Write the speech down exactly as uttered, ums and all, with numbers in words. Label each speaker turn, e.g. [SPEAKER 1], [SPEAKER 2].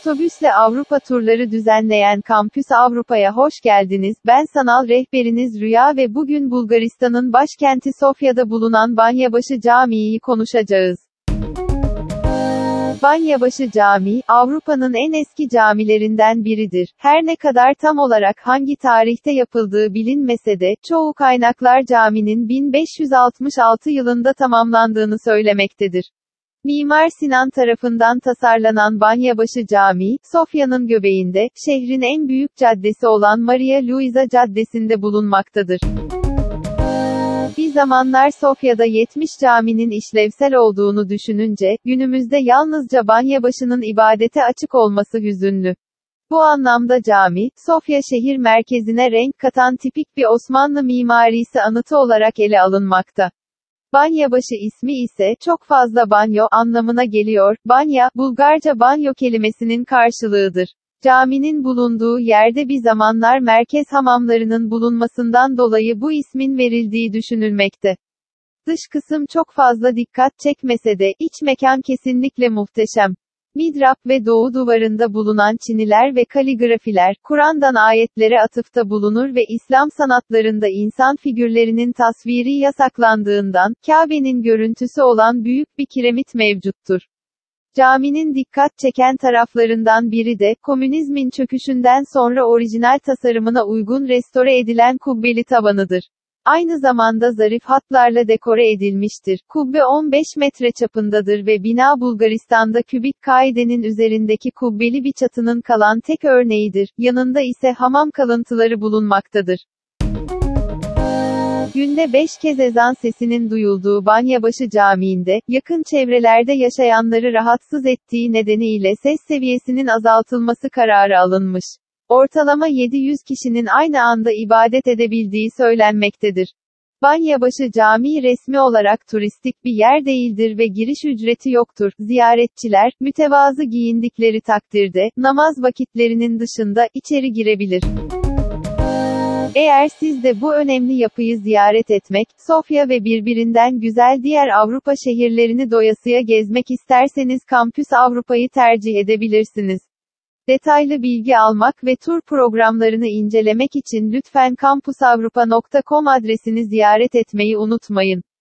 [SPEAKER 1] Otobüsle Avrupa turları düzenleyen Kampüs Avrupa'ya hoş geldiniz. Ben sanal rehberiniz Rüya ve bugün Bulgaristan'ın başkenti Sofya'da bulunan Banyabaşı Camii'yi konuşacağız. Banyabaşı Camii, Avrupa'nın en eski camilerinden biridir. Her ne kadar tam olarak hangi tarihte yapıldığı bilinmese de, çoğu kaynaklar caminin bin beş yüz altmış altı yılında tamamlandığını söylemektedir. Mimar Sinan tarafından tasarlanan Banyabaşı Camii, Sofya'nın göbeğinde, şehrin en büyük caddesi olan Maria Luiza Caddesi'nde bulunmaktadır. Bir zamanlar Sofya'da yetmiş caminin işlevsel olduğunu düşününce, günümüzde yalnızca Banyabaşı'nın ibadete açık olması hüzünlü. Bu anlamda cami, Sofya şehir merkezine renk katan tipik bir Osmanlı mimarisi anıtı olarak ele alınmakta. Banyabaşı ismi ise, çok fazla banyo, anlamına geliyor. Banya, Bulgarca banyo kelimesinin karşılığıdır. Caminin bulunduğu yerde bir zamanlar merkez hamamlarının bulunmasından dolayı bu ismin verildiği düşünülmekte. Dış kısım çok fazla dikkat çekmese de, iç mekan kesinlikle muhteşem. Mihrap ve doğu duvarında bulunan çiniler ve kaligrafiler, Kur'an'dan ayetlere atıfta bulunur ve İslam sanatlarında insan figürlerinin tasviri yasaklandığından, Kabe'nin görüntüsü olan büyük bir kiremit mevcuttur. Caminin dikkat çeken taraflarından biri de, komünizmin çöküşünden sonra orijinal tasarımına uygun restore edilen kubbeli tavanıdır. Aynı zamanda zarif hatlarla dekore edilmiştir. Kubbe on beş metre çapındadır ve bina Bulgaristan'da kübik kaidenin üzerindeki kubbeli bir çatının kalan tek örneğidir. Yanında ise hamam kalıntıları bulunmaktadır. Günde beş kez ezan sesinin duyulduğu Banyabaşı Camii'nde, yakın çevrelerde yaşayanları rahatsız ettiği nedeniyle ses seviyesinin azaltılması kararı alınmış. Ortalama yedi yüz kişinin aynı anda ibadet edebildiği söylenmektedir. Banyabaşı Camii resmi olarak turistik bir yer değildir ve giriş ücreti yoktur. Ziyaretçiler, mütevazı giyindikleri takdirde, namaz vakitlerinin dışında, içeri girebilir. Eğer siz de bu önemli yapıyı ziyaret etmek, Sofya ve birbirinden güzel diğer Avrupa şehirlerini doyasıya gezmek isterseniz Kampüs Avrupa'yı tercih edebilirsiniz. Detaylı bilgi almak ve tur programlarını incelemek için lütfen kampusavrupa nokta com adresini ziyaret etmeyi unutmayın.